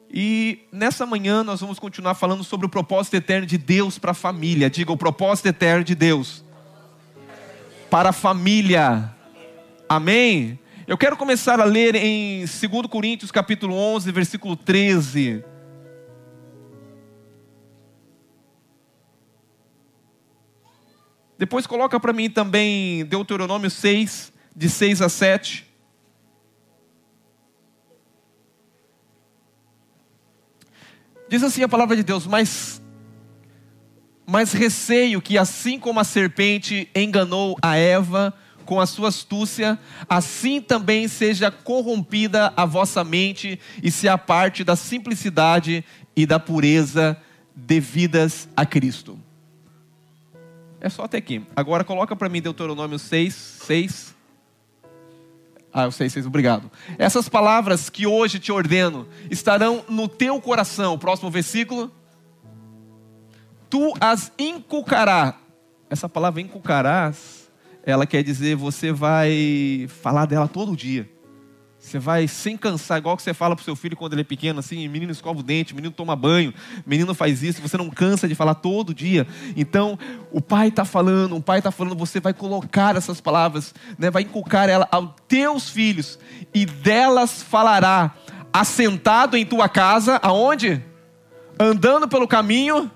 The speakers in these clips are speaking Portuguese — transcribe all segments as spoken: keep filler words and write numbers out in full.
E nessa manhã nós vamos continuar falando sobre o propósito eterno de Deus para a família. Diga, o propósito eterno de Deus para a família. Amém? Eu quero começar a ler em dois Coríntios capítulo onze, versículo treze. Depois coloca para mim também Deuteronômio seis, de seis a sete. Diz assim a palavra de Deus: mas, mas receio que assim como a serpente enganou a Eva com a sua astúcia, assim também seja corrompida a vossa mente e se aparte da simplicidade e da pureza devidas a Cristo. É só até aqui. Agora coloca para mim Deuteronômio seis, seis. Ah, eu sei, seis, obrigado. Essas palavras que hoje te ordeno estarão no teu coração. O próximo versículo. Tu as inculcarás. Essa palavra inculcarás, ela quer dizer você vai falar dela todo dia. Você vai sem cansar, igual que você fala para o seu filho quando ele é pequeno, assim, menino escova o dente, menino toma banho, menino faz isso, você não cansa de falar todo dia. Então, o pai está falando, o pai está falando, você vai colocar essas palavras, né, vai inculcar ela aos teus filhos, e delas falará, assentado em tua casa, aonde? Andando pelo caminho,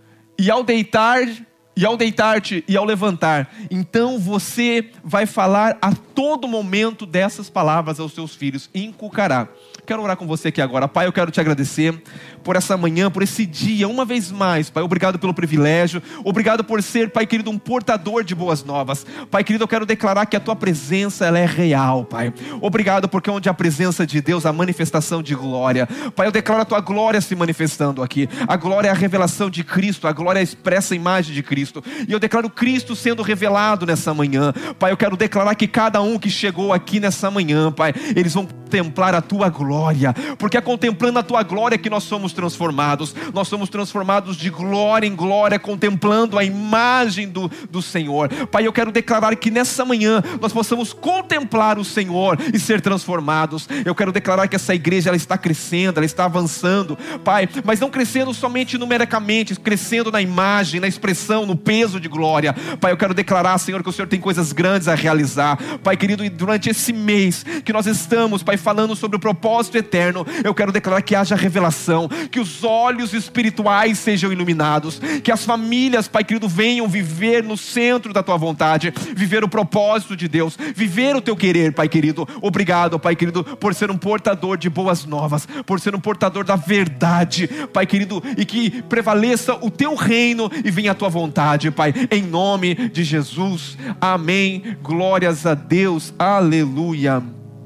e ao deitar... E ao deitar-te e ao levantar, então você vai falar a todo momento dessas palavras aos seus filhos, e inculcará. Quero orar com você aqui agora. Pai, eu quero te agradecer por essa manhã, por esse dia, uma vez mais, Pai. Obrigado pelo privilégio, obrigado por ser, Pai querido, um portador de boas novas. Pai querido, eu quero declarar que a tua presença, ela é real, Pai. Obrigado porque onde há a presença de Deus, a manifestação de glória. Pai, eu declaro a tua glória se manifestando aqui. A glória é a revelação de Cristo, a glória é a expressa imagem de Cristo. E eu declaro Cristo sendo revelado nessa manhã. Pai, eu quero declarar que cada um que chegou aqui nessa manhã, Pai, eles vão contemplar a tua glória, porque é contemplando a tua glória que nós somos transformados. Nós somos transformados de glória em glória, contemplando a imagem do, do Senhor. Pai, eu quero declarar que nessa manhã nós possamos contemplar o Senhor e ser transformados. Eu quero declarar que essa igreja, ela está crescendo, ela está avançando, Pai, mas não crescendo somente numericamente, crescendo na imagem, na expressão, no peso de glória. Pai, eu quero declarar, Senhor, que o Senhor tem coisas grandes a realizar. Pai querido, e durante esse mês que nós estamos, Pai, falando sobre o propósito eterno, eu quero declarar que haja revelação, que os olhos espirituais sejam iluminados, que as famílias, Pai querido, venham viver no centro da tua vontade, viver o propósito de Deus, viver o teu querer, Pai querido. Obrigado, Pai querido, por ser um portador de boas novas, por ser um portador da verdade, Pai querido, e que prevaleça o teu reino e venha a tua vontade, Pai, em nome de Jesus, amém, glórias a Deus, aleluia.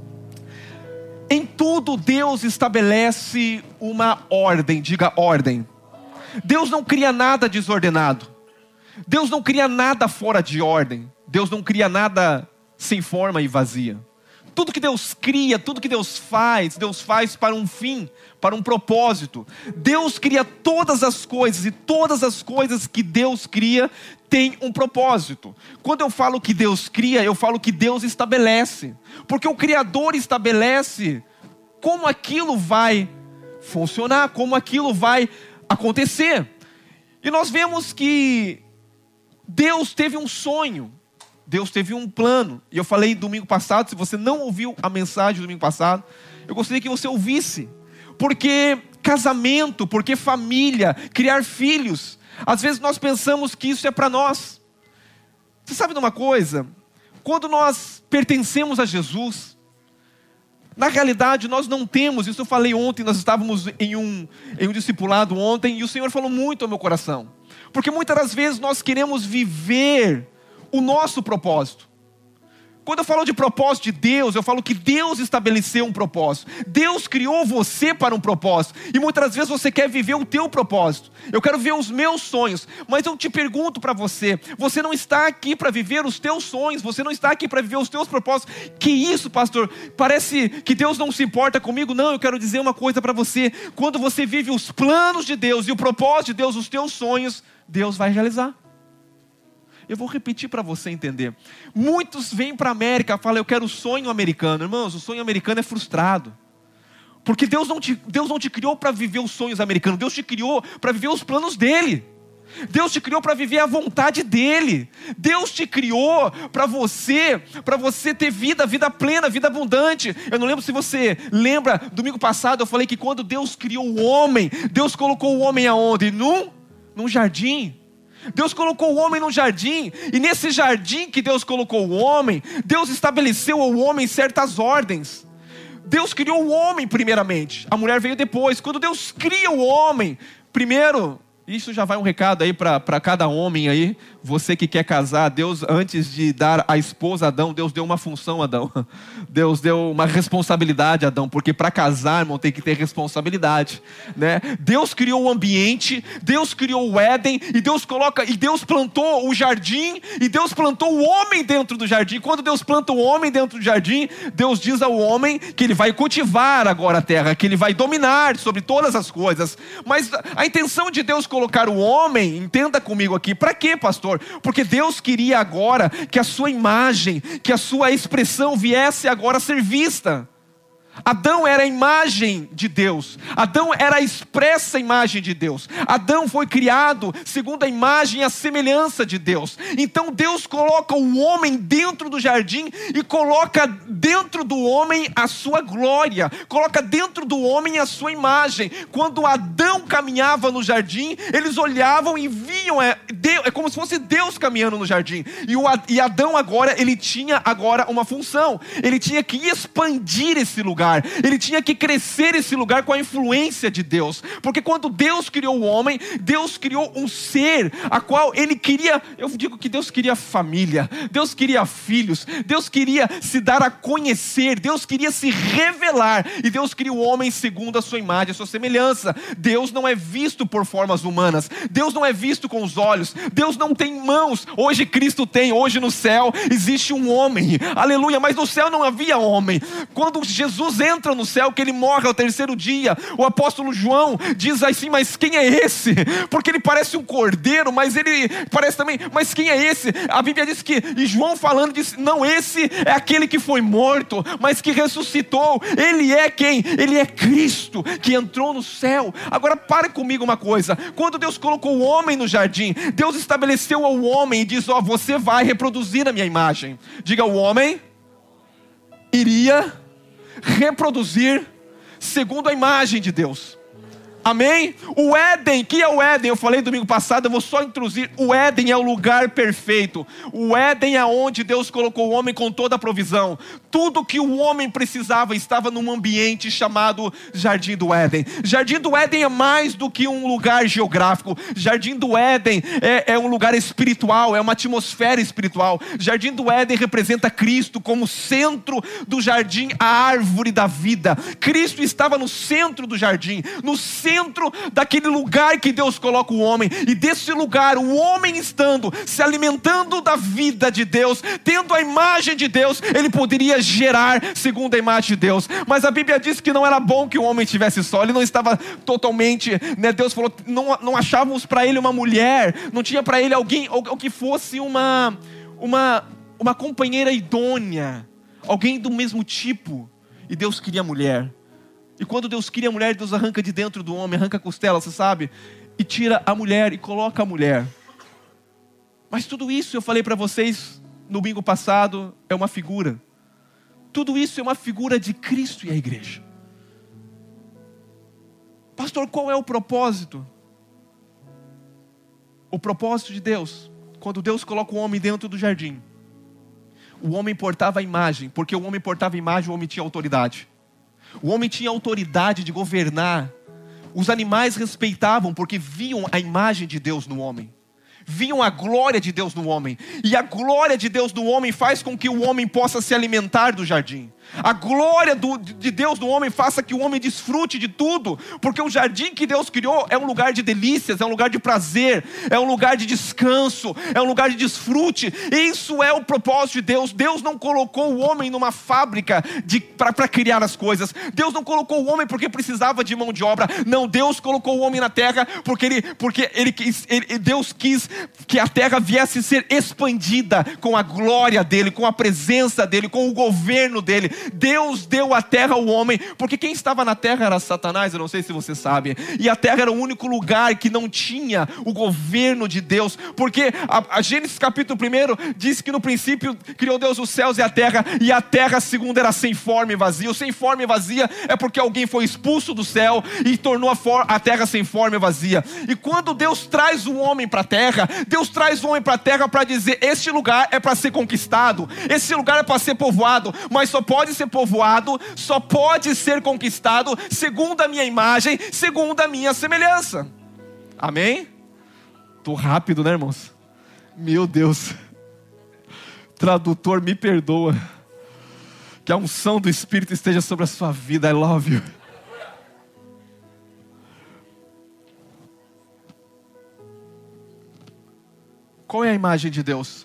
Em tudo Deus estabelece uma ordem, diga ordem. Deus não cria nada desordenado, Deus não cria nada fora de ordem, Deus não cria nada sem forma e vazia. Tudo que Deus cria, tudo que Deus faz, Deus faz para um fim, para um propósito. Deus cria todas as coisas, e todas as coisas que Deus cria tem um propósito. Quando eu falo que Deus cria, eu falo que Deus estabelece, porque o Criador estabelece como aquilo vai funcionar, como aquilo vai acontecer. E nós vemos que Deus teve um sonho, Deus teve um plano. E eu falei domingo passado, se você não ouviu a mensagem do domingo passado, eu gostaria que você ouvisse. Porque casamento, porque família, criar filhos, às vezes nós pensamos que isso é para nós. Você sabe de uma coisa? Quando nós pertencemos a Jesus, na realidade nós não temos, isso eu falei ontem, nós estávamos em um, em um discipulado ontem, e o Senhor falou muito ao meu coração. Porque muitas das vezes nós queremos viver o nosso propósito. Quando eu falo de propósito de Deus, eu falo que Deus estabeleceu um propósito. Deus criou você para um propósito. E muitas das vezes você quer viver o teu propósito. Eu quero ver os meus sonhos. Mas eu te pergunto para você, você não está aqui para viver os teus sonhos, você não está aqui para viver os teus propósitos. Que isso, pastor? Parece que Deus não se importa comigo. Não, eu quero dizer uma coisa para você. Quando você vive os planos de Deus e o propósito de Deus, os teus sonhos, Deus vai realizar. Eu vou repetir para você entender. Muitos vêm para a América e falam, eu quero o sonho americano. Irmãos, o sonho americano é frustrado. Porque Deus não te, Deus não te criou para viver os sonhos americanos. Deus te criou para viver os planos dele. Deus te criou para viver a vontade dele. Deus te criou para você, para você ter vida, vida plena, vida abundante. Eu não lembro se você lembra, domingo passado eu falei que quando Deus criou o homem, Deus colocou o homem aonde? Num, num jardim. Deus colocou o homem num jardim, e nesse jardim que Deus colocou o homem, Deus estabeleceu ao homem certas ordens. Deus criou o homem primeiramente, a mulher veio depois. Quando Deus cria o homem, primeiro, isso já vai um recado aí para cada homem aí, você que quer casar, Deus antes de dar a esposa a Adão, Deus deu uma função a Adão, Deus deu uma responsabilidade a Adão, porque para casar, irmão, tem que ter responsabilidade, né? Deus criou o ambiente, Deus criou o Éden, e Deus coloca, e Deus plantou o jardim, e Deus plantou o homem dentro do jardim. Quando Deus planta o homem dentro do jardim, Deus diz ao homem que ele vai cultivar agora a terra, que ele vai dominar sobre todas as coisas. Mas a intenção de Deus colocar o homem, entenda comigo aqui, para quê, pastor? Porque Deus queria agora que a sua imagem, que a sua expressão viesse agora a ser vista. Adão era a imagem de Deus. Adão era a expressa imagem de Deus. Adão foi criado segundo a imagem e a semelhança de Deus. Então Deus coloca o homem dentro do jardim e coloca dentro do homem a sua glória. Coloca dentro do homem a sua imagem. Quando Adão caminhava no jardim, eles olhavam e viam, é, Deus, é como se fosse Deus caminhando no jardim. E, o, e Adão agora, ele tinha agora uma função. Ele tinha que expandir esse lugar. Ele tinha que crescer esse lugar com a influência de Deus. Porque quando Deus criou o homem, Deus criou um ser a qual ele queria, eu digo que Deus queria família, Deus queria filhos, Deus queria se dar a conhecer, Deus queria se revelar, e Deus criou o homem segundo a sua imagem, a sua semelhança. Deus não é visto por formas humanas, Deus não é visto com os olhos, Deus não tem mãos. Hoje Cristo tem, hoje no céu existe um homem, aleluia, mas no céu não havia homem. Quando Jesus entra no céu, que ele morre ao terceiro dia, o apóstolo João diz assim, mas quem é esse? Porque ele parece um cordeiro, mas ele parece também, mas quem é esse? A Bíblia diz que, e João falando, disse, não, esse é aquele que foi morto, mas que ressuscitou. Ele é quem? Ele é Cristo, que entrou no céu. Agora pare comigo uma coisa, quando Deus colocou o homem no jardim, Deus estabeleceu ao homem e diz, ó, oh, você vai reproduzir a minha imagem. Diga, o homem iria reproduzir segundo a imagem de Deus. Amém? O Éden, que é o Éden? Eu falei domingo passado, eu vou só introduzir. O Éden é o lugar perfeito. O Éden é onde Deus colocou o homem com toda a provisão. Tudo que o homem precisava estava num ambiente chamado Jardim do Éden. Jardim do Éden é mais do que um lugar geográfico. Jardim do Éden é, é um lugar espiritual, é uma atmosfera espiritual. Jardim do Éden representa Cristo como centro do jardim, a árvore da vida. Cristo estava no centro do jardim, no centro Dentro daquele lugar que Deus coloca o homem, e desse lugar o homem estando, se alimentando da vida de Deus, tendo a imagem de Deus, ele poderia gerar segundo a imagem de Deus. Mas a Bíblia diz que não era bom que o homem estivesse só, ele não estava totalmente, né? Deus falou, não, não achávamos para ele uma mulher, não tinha para ele alguém, ou, ou que fosse uma, uma, uma companheira idônea, alguém do mesmo tipo, e Deus queria mulher. E quando Deus cria a mulher, Deus arranca de dentro do homem, arranca a costela, você sabe? E tira a mulher e coloca a mulher. Mas tudo isso, eu falei para vocês no domingo passado, é uma figura. Tudo isso é uma figura de Cristo e a igreja. Pastor, qual é o propósito? O propósito de Deus, quando Deus coloca o homem dentro do jardim, o homem portava a imagem, porque o homem portava a imagem, o homem tinha autoridade. O homem tinha autoridade de governar. Os animais respeitavam porque viam a imagem de Deus no homem. Viam a glória de Deus no homem. E a glória de Deus no homem faz com que o homem possa se alimentar do jardim. A glória do, de Deus no homem faça que o homem desfrute de tudo. Porque o jardim que Deus criou é um lugar de delícias, é um lugar de prazer, é um lugar de descanso, é um lugar de desfrute. Isso é o propósito de Deus. Deus não colocou o homem numa fábrica para criar as coisas. Deus não colocou o homem porque precisava de mão de obra. Não, Deus colocou o homem na terra porque, ele, porque ele quis, ele, Deus quis que a terra viesse a ser expandida com a glória dele, com a presença dele, com o governo dele. Deus deu a terra ao homem, porque quem estava na terra era Satanás, eu não sei se você sabe, e a terra era o único lugar que não tinha o governo de Deus, porque a, a Gênesis capítulo um diz que no princípio criou Deus os céus e a terra, e a terra segundo era sem forma e vazia. O sem forma e vazia é porque alguém foi expulso do céu e tornou a, for, a terra sem forma e vazia. E quando Deus traz o homem para a terra, Deus traz o homem para a terra para dizer: este lugar é para ser conquistado, esse lugar é para ser povoado, mas só pode ser povoado, só pode ser conquistado segundo a minha imagem, segundo a minha semelhança. Amém? Tô rápido, né, irmãos? Meu Deus. Tradutor, me perdoa. Que a unção do Espírito esteja sobre a sua vida. I love you. Qual é a imagem de Deus?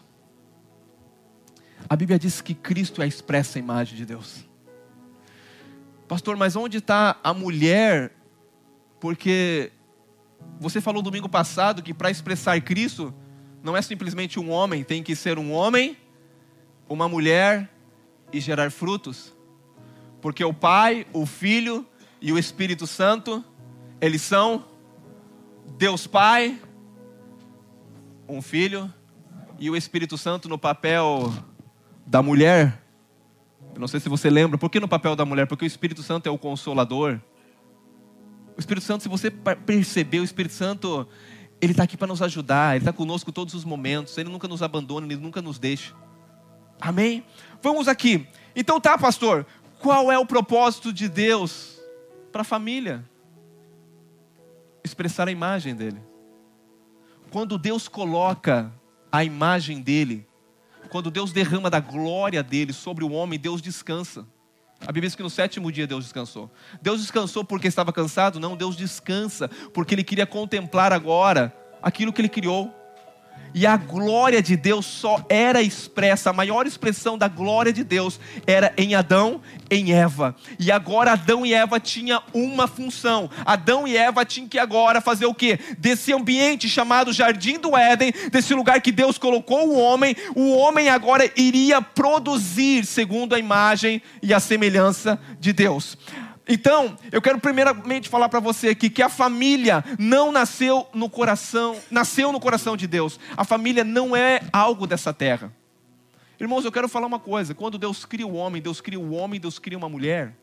A Bíblia diz que Cristo é a expressa imagem de Deus. Pastor, mas onde está a mulher? Porque você falou domingo passado que para expressar Cristo, não é simplesmente um homem, tem que ser um homem, uma mulher e gerar frutos. Porque o Pai, o Filho e o Espírito Santo, eles são Deus Pai, um Filho e o Espírito Santo no papel da mulher. Eu não sei se você lembra, por que no papel da mulher? Porque o Espírito Santo é o Consolador. O Espírito Santo, se você perceber, o Espírito Santo, ele está aqui para nos ajudar, ele está conosco todos os momentos, ele nunca nos abandona, ele nunca nos deixa. Amém? Vamos aqui. Então tá, pastor, qual é o propósito de Deus para a família? Expressar a imagem dele. Quando Deus coloca a imagem dele, quando Deus derrama da glória dele sobre o homem, Deus descansa. A Bíblia diz que no sétimo dia Deus descansou. Deus descansou porque estava cansado? Não, Deus descansa porque Ele queria contemplar agora aquilo que Ele criou. E a glória de Deus só era expressa, a maior expressão da glória de Deus era em Adão, em Eva. E agora Adão e Eva tinham uma função. Adão e Eva tinham que agora fazer o quê? Desse ambiente chamado Jardim do Éden, desse lugar que Deus colocou o homem, o homem agora iria produzir segundo a imagem e a semelhança de Deus. Então, eu quero primeiramente falar para você aqui que a família não nasceu no coração, nasceu no coração de Deus. A família não é algo dessa terra. Irmãos, eu quero falar uma coisa. Quando Deus cria o homem, Deus cria o homem, Deus cria uma mulher.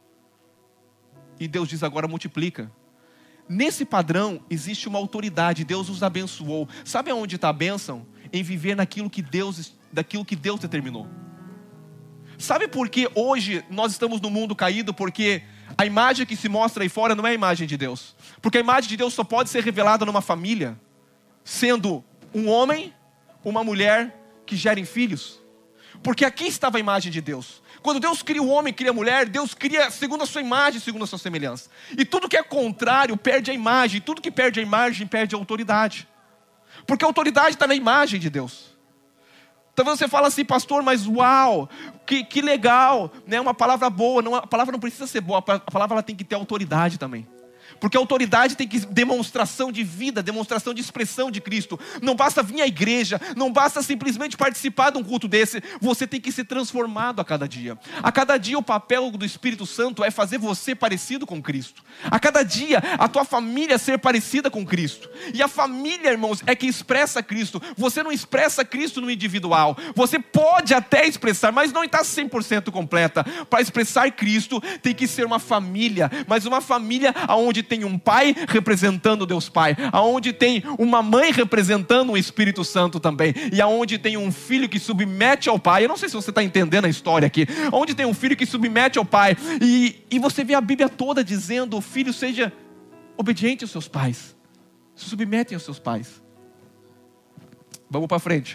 E Deus diz agora multiplica. Nesse padrão existe uma autoridade, Deus os abençoou. Sabe aonde está a bênção? Em viver naquilo que Deus, daquilo que Deus determinou. Sabe por que hoje nós estamos no mundo caído? Porque a imagem que se mostra aí fora não é a imagem de Deus. Porque a imagem de Deus só pode ser revelada numa família, sendo um homem, uma mulher que gerem filhos. Porque aqui estava a imagem de Deus. Quando Deus cria o homem, cria a mulher, Deus cria segundo a sua imagem, segundo a sua semelhança. E tudo que é contrário perde a imagem. Tudo que perde a imagem perde a autoridade. Porque a autoridade está na imagem de Deus. Talvez você fale assim, pastor, mas uau, que, que legal, né? Uma palavra boa, não, a palavra não precisa ser boa, a palavra ela tem que ter autoridade também. Porque a autoridade tem que demonstração de vida, demonstração de expressão de Cristo. Não basta vir à igreja, não basta simplesmente participar de um culto desse. Você tem que ser transformado a cada dia. A cada dia o papel do Espírito Santo é fazer você parecido com Cristo. A cada dia a tua família ser parecida com Cristo. E a família, irmãos, é que expressa Cristo. Você não expressa Cristo no individual. Você pode até expressar, mas não está cem por cento completa. Para expressar Cristo tem que ser uma família, mas uma família onde tem um pai representando Deus Pai, aonde tem uma mãe representando o Espírito Santo também, e aonde tem um filho que submete ao pai. Eu não sei se você está entendendo a história aqui, onde tem um filho que submete ao pai, e, e você vê a Bíblia toda dizendo: o filho seja obediente aos seus pais, se submetem aos seus pais. Vamos para frente.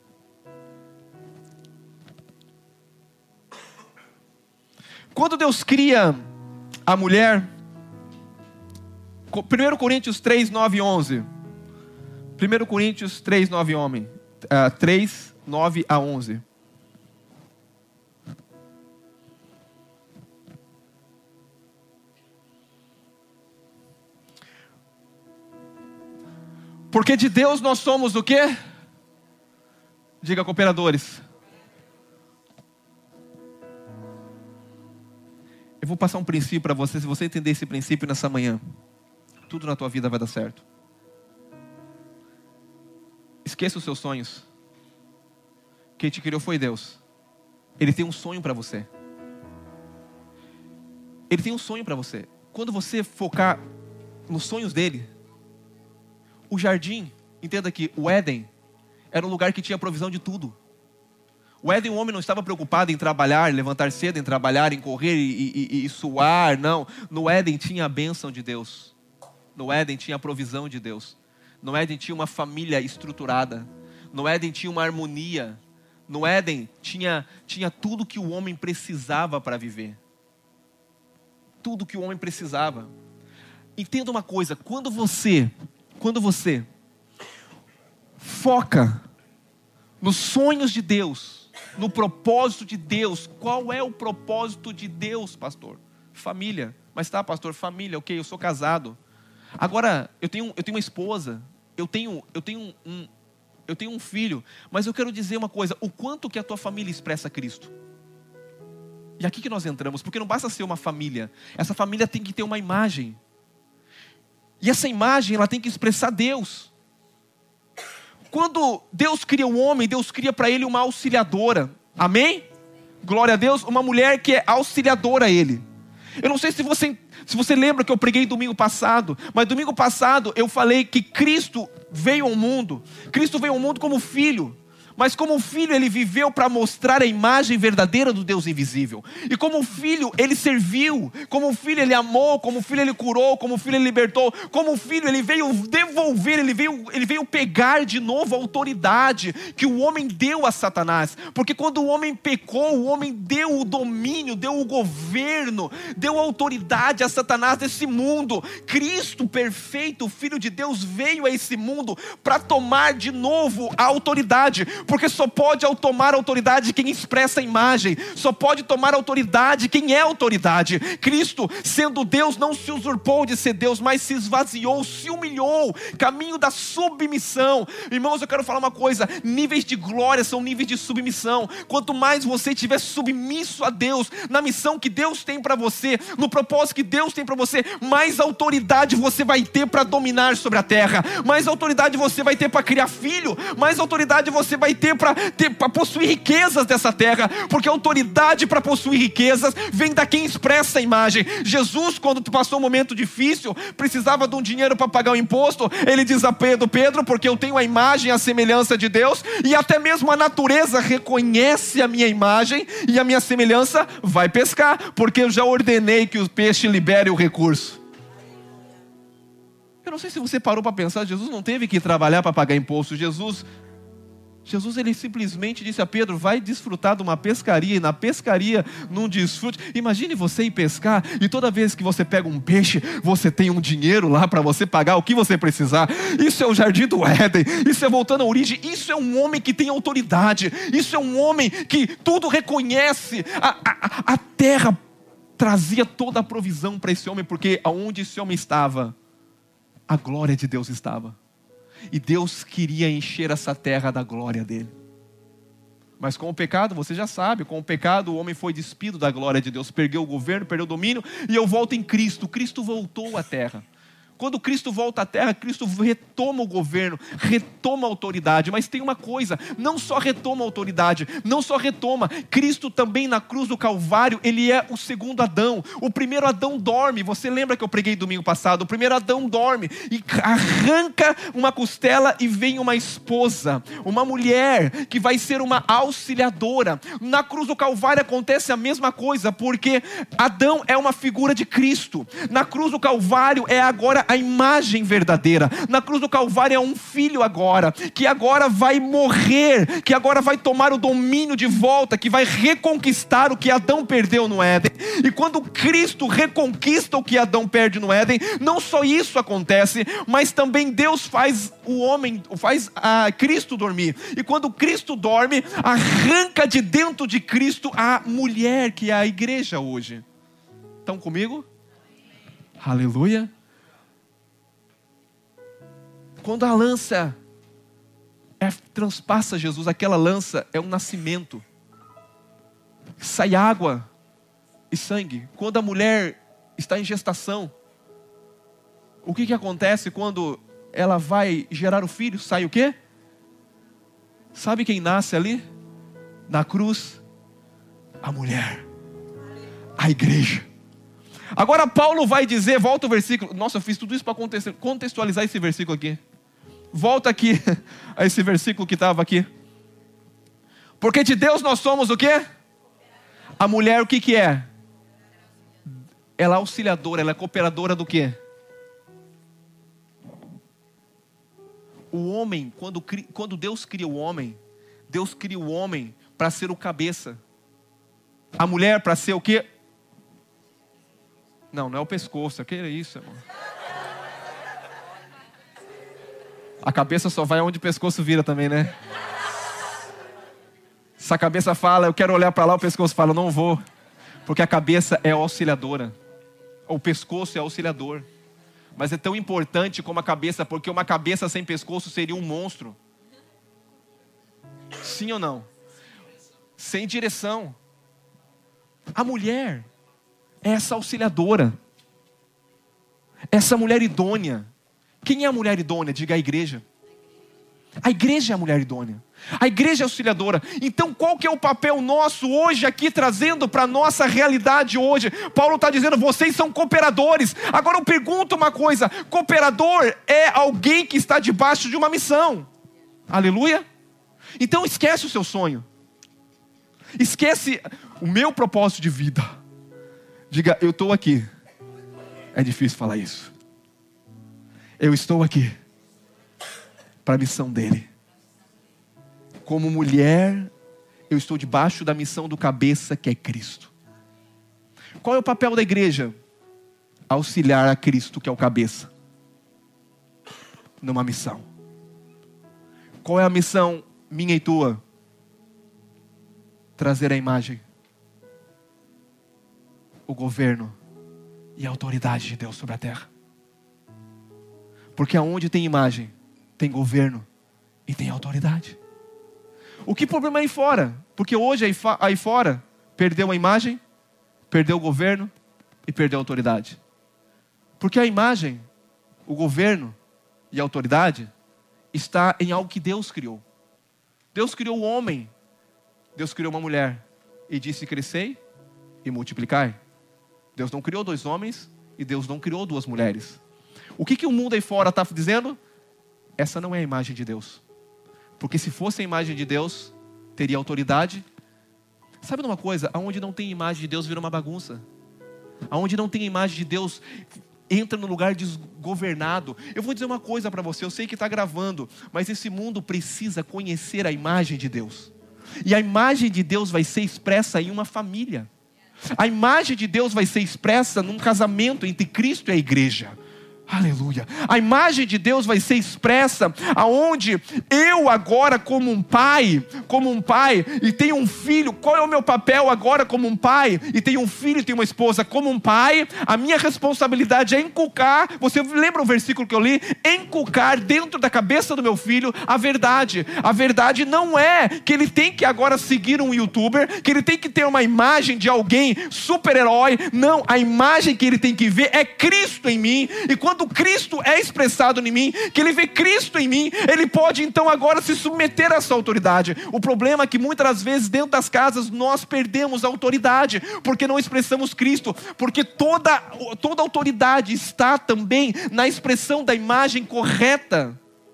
Quando Deus cria a mulher, primeiro Coríntios três, nove e onze. primeiro Coríntios três, nove, homem. Uh, três, nove a onze. Porque de Deus nós somos o quê? Diga, cooperadores. Eu vou passar um princípio para você. Se você entender esse princípio nessa manhã, tudo na tua vida vai dar certo. Esqueça os seus sonhos. Quem te criou foi Deus. Ele tem um sonho para você. Ele tem um sonho para você. Quando você focar nos sonhos dele, o jardim, entenda que o Éden era um lugar que tinha provisão de tudo. O Éden, o homem não estava preocupado em trabalhar, levantar cedo, em trabalhar, em correr e, e, e suar, não. No Éden tinha a bênção de Deus. No Éden tinha a provisão de Deus. No Éden tinha uma família estruturada. No Éden tinha uma harmonia. No Éden tinha, tinha tudo que o homem precisava para viver. Tudo que o homem precisava. Entenda uma coisa, quando você, quando você foca nos sonhos de Deus, no propósito de Deus. Qual é o propósito de Deus, pastor? Família. Mas tá, pastor, família, ok, eu sou casado. Agora, eu tenho, eu tenho uma esposa, eu tenho, eu tenho um, eu tenho um filho, mas eu quero dizer uma coisa, o quanto que a tua família expressa Cristo. E aqui que nós entramos, porque não basta ser uma família, essa família tem que ter uma imagem. E essa imagem, ela tem que expressar Deus. Quando Deus cria o homem, Deus cria para ele uma auxiliadora. Amém? Glória a Deus, uma mulher que é auxiliadora a ele. Eu não sei se você, se você lembra que eu preguei domingo passado, mas domingo passado eu falei que Cristo veio ao mundo. Cristo veio ao mundo como filho. Mas como filho ele viveu para mostrar a imagem verdadeira do Deus invisível. E como filho ele serviu, como filho ele amou, como filho ele curou, como filho ele libertou, como filho ele veio devolver, ele veio, ele veio pegar de novo a autoridade que o homem deu a Satanás. Porque quando o homem pecou, o homem deu o domínio, deu o governo, deu a autoridade a Satanás desse mundo. Cristo perfeito, o Filho de Deus, veio a esse mundo para tomar de novo a autoridade. Porque só pode tomar autoridade quem expressa a imagem. Só pode tomar autoridade quem é autoridade. Cristo, sendo Deus, não se usurpou de ser Deus, mas se esvaziou, se humilhou. Caminho da submissão. Irmãos, eu quero falar uma coisa. Níveis de glória são níveis de submissão. Quanto mais você estiver submisso a Deus, na missão que Deus tem para você, no propósito que Deus tem para você, mais autoridade você vai ter para dominar sobre a terra. Mais autoridade você vai ter para criar filho. Mais autoridade você vai ter para ter, para possuir riquezas dessa terra, porque a autoridade para possuir riquezas vem da quem expressa a imagem. Jesus, quando passou um momento difícil, precisava de um dinheiro para pagar o imposto, ele diz a Pedro: Pedro, porque eu tenho a imagem, a semelhança de Deus, e até mesmo a natureza reconhece a minha imagem e a minha semelhança, vai pescar, porque eu já ordenei que o peixe libere o recurso. Eu não sei se você parou para pensar, Jesus não teve que trabalhar para pagar imposto. Jesus Jesus ele simplesmente disse a Pedro: vai desfrutar de uma pescaria, e na pescaria, num desfrute, imagine você ir pescar, e toda vez que você pega um peixe, você tem um dinheiro lá para você pagar o que você precisar. Isso é o jardim do Éden, isso é voltando à origem, isso é um homem que tem autoridade, isso é um homem que tudo reconhece. A, a, a terra trazia toda a provisão para esse homem, porque aonde esse homem estava, a glória de Deus estava. E Deus queria encher essa terra da glória dele. Mas com o pecado, você já sabe, com o pecado o homem foi despido da glória de Deus, perdeu o governo, perdeu o domínio, e eu volto em Cristo. Cristo voltou à terra. Quando Cristo volta à terra, Cristo retoma o governo, retoma a autoridade. Mas tem uma coisa, não só retoma a autoridade, não só retoma, Cristo também na cruz do Calvário, ele é o segundo Adão. O primeiro Adão dorme, você lembra que eu preguei domingo passado? O primeiro Adão dorme e arranca uma costela e vem uma esposa, uma mulher que vai ser uma auxiliadora. Na cruz do Calvário acontece a mesma coisa, porque Adão é uma figura de Cristo. Na cruz do Calvário é agora a imagem verdadeira. Na cruz do Calvário é um filho agora, que agora vai morrer, que agora vai tomar o domínio de volta, que vai reconquistar o que Adão perdeu no Éden. E quando Cristo reconquista o que Adão perde no Éden, não só isso acontece, mas também Deus faz o homem, faz a Cristo dormir. E quando Cristo dorme, arranca de dentro de Cristo a mulher, que é a igreja hoje. Estão comigo? Aleluia. Quando a lança é, transpassa Jesus, aquela lança é um nascimento. Sai água e sangue. Quando a mulher está em gestação, o que que acontece quando ela vai gerar o filho? Sai o quê? Sabe quem nasce ali? Na cruz? A mulher. A igreja. Agora Paulo vai dizer, volta o versículo. Nossa, eu fiz tudo isso para contextualizar esse versículo aqui. Volta aqui a esse versículo que estava aqui. Porque de Deus nós somos o quê? A mulher o que que é? Ela é auxiliadora, ela é cooperadora do quê? O homem, quando, quando Deus cria o homem, Deus cria o homem para ser o cabeça. A mulher para ser o quê? Não, não é o pescoço, que é isso, irmão. A cabeça só vai onde o pescoço vira também, né? Se a cabeça fala, eu quero olhar para lá, o pescoço fala, não vou. Porque a cabeça é auxiliadora. O pescoço é auxiliador. Mas é tão importante como a cabeça, porque uma cabeça sem pescoço seria um monstro. Sim ou não? Sem direção. A mulher é essa auxiliadora. Essa mulher idônea. Quem é a mulher idônea? Diga a igreja. A igreja é a mulher idônea. A igreja é auxiliadora. Então qual que é o papel nosso hoje aqui, trazendo para a nossa realidade hoje? Paulo está dizendo, vocês são cooperadores. Agora eu pergunto uma coisa, cooperador é alguém que está debaixo de uma missão. Aleluia? Então esquece o seu sonho. Esquece o meu propósito de vida. Diga, eu estou aqui. É difícil falar isso. Eu estou aqui para a missão dele. Como mulher, eu estou debaixo da missão do cabeça, que é Cristo. Qual é o papel da igreja? Auxiliar a Cristo, que é o cabeça, numa missão. Qual é a missão minha e tua? Trazer a imagem, o governo e a autoridade de Deus sobre a terra. Porque aonde tem imagem, tem governo e tem autoridade. O que problema é aí fora? Porque hoje aí, aí fora perdeu a imagem, perdeu o governo e perdeu a autoridade. Porque a imagem, o governo e a autoridade está em algo que Deus criou. Deus criou o homem, Deus criou uma mulher e disse crescei e multiplicai. Deus não criou dois homens e Deus não criou duas mulheres. O que, que o mundo aí fora está dizendo? Essa não é a imagem de Deus. Porque se fosse a imagem de Deus, teria autoridade. Sabe de uma coisa? Aonde não tem imagem de Deus vira uma bagunça. Aonde não tem imagem de Deus entra no lugar desgovernado. Eu vou dizer uma coisa para você, eu sei que está gravando, mas esse mundo precisa conhecer a imagem de Deus. E a imagem de Deus vai ser expressa em uma família. A imagem de Deus vai ser expressa num casamento entre Cristo e a igreja. Aleluia. A imagem de Deus vai ser expressa aonde eu agora como um pai, como um pai e tenho um filho, qual é o meu papel agora como um pai e tenho um filho e tenho uma esposa? Como um pai, a minha responsabilidade é inculcar, você lembra o versículo que eu li? Inculcar dentro da cabeça do meu filho a verdade. A verdade não é que ele tem que agora seguir um youtuber, que ele tem que ter uma imagem de alguém super-herói. Não, a imagem que ele tem que ver é Cristo em mim. E quando Cristo é expressado em mim, que ele vê Cristo em mim, ele pode então agora se submeter a essa autoridade. O problema é que muitas das vezes dentro das casas nós perdemos a autoridade, porque não expressamos Cristo, porque toda, toda autoridade está também na expressão da imagem correta.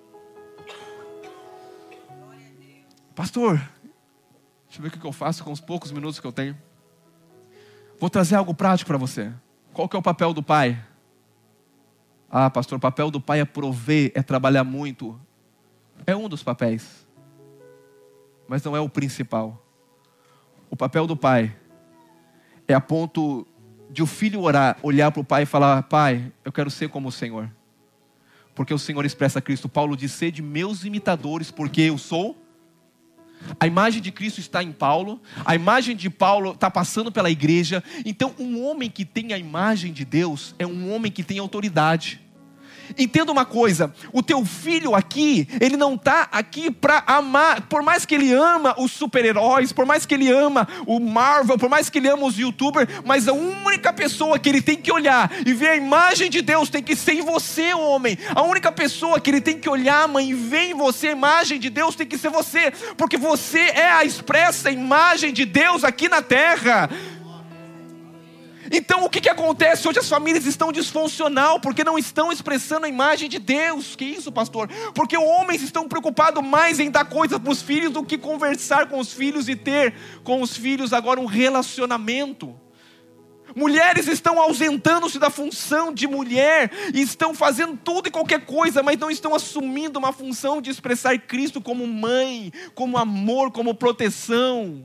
Pastor, deixa eu ver o que eu faço com os poucos minutos que eu tenho. Vou trazer algo prático para você. Qual que é o papel do pai? Ah, pastor, o papel do pai é prover, é trabalhar muito. É um dos papéis, mas não é o principal. O papel do pai é a ponto de o filho orar, olhar para o pai e falar: pai, eu quero ser como o Senhor. Porque o Senhor expressa Cristo. Paulo diz: sede meus imitadores, porque eu sou. A imagem de Cristo está em Paulo, a imagem de Paulo está passando pela igreja. Então um homem que tem a imagem de Deus é um homem que tem autoridade. Entenda uma coisa, o teu filho aqui, ele não está aqui para amar, por mais que ele ama os super-heróis, por mais que ele ama o Marvel, por mais que ele ama os youtubers, mas a única pessoa que ele tem que olhar e ver a imagem de Deus tem que ser em você, homem. A única pessoa que ele tem que olhar, mãe, e ver em você a imagem de Deus tem que ser você, porque você é a expressa imagem de Deus aqui na terra. Então o que, que acontece? Hoje as famílias estão disfuncional porque não estão expressando a imagem de Deus. Que isso, pastor? Porque homens estão preocupados mais em dar coisas para os filhos do que conversar com os filhos e ter com os filhos agora um relacionamento. Mulheres estão ausentando-se da função de mulher e estão fazendo tudo e qualquer coisa, mas não estão assumindo uma função de expressar Cristo como mãe, como amor, como proteção.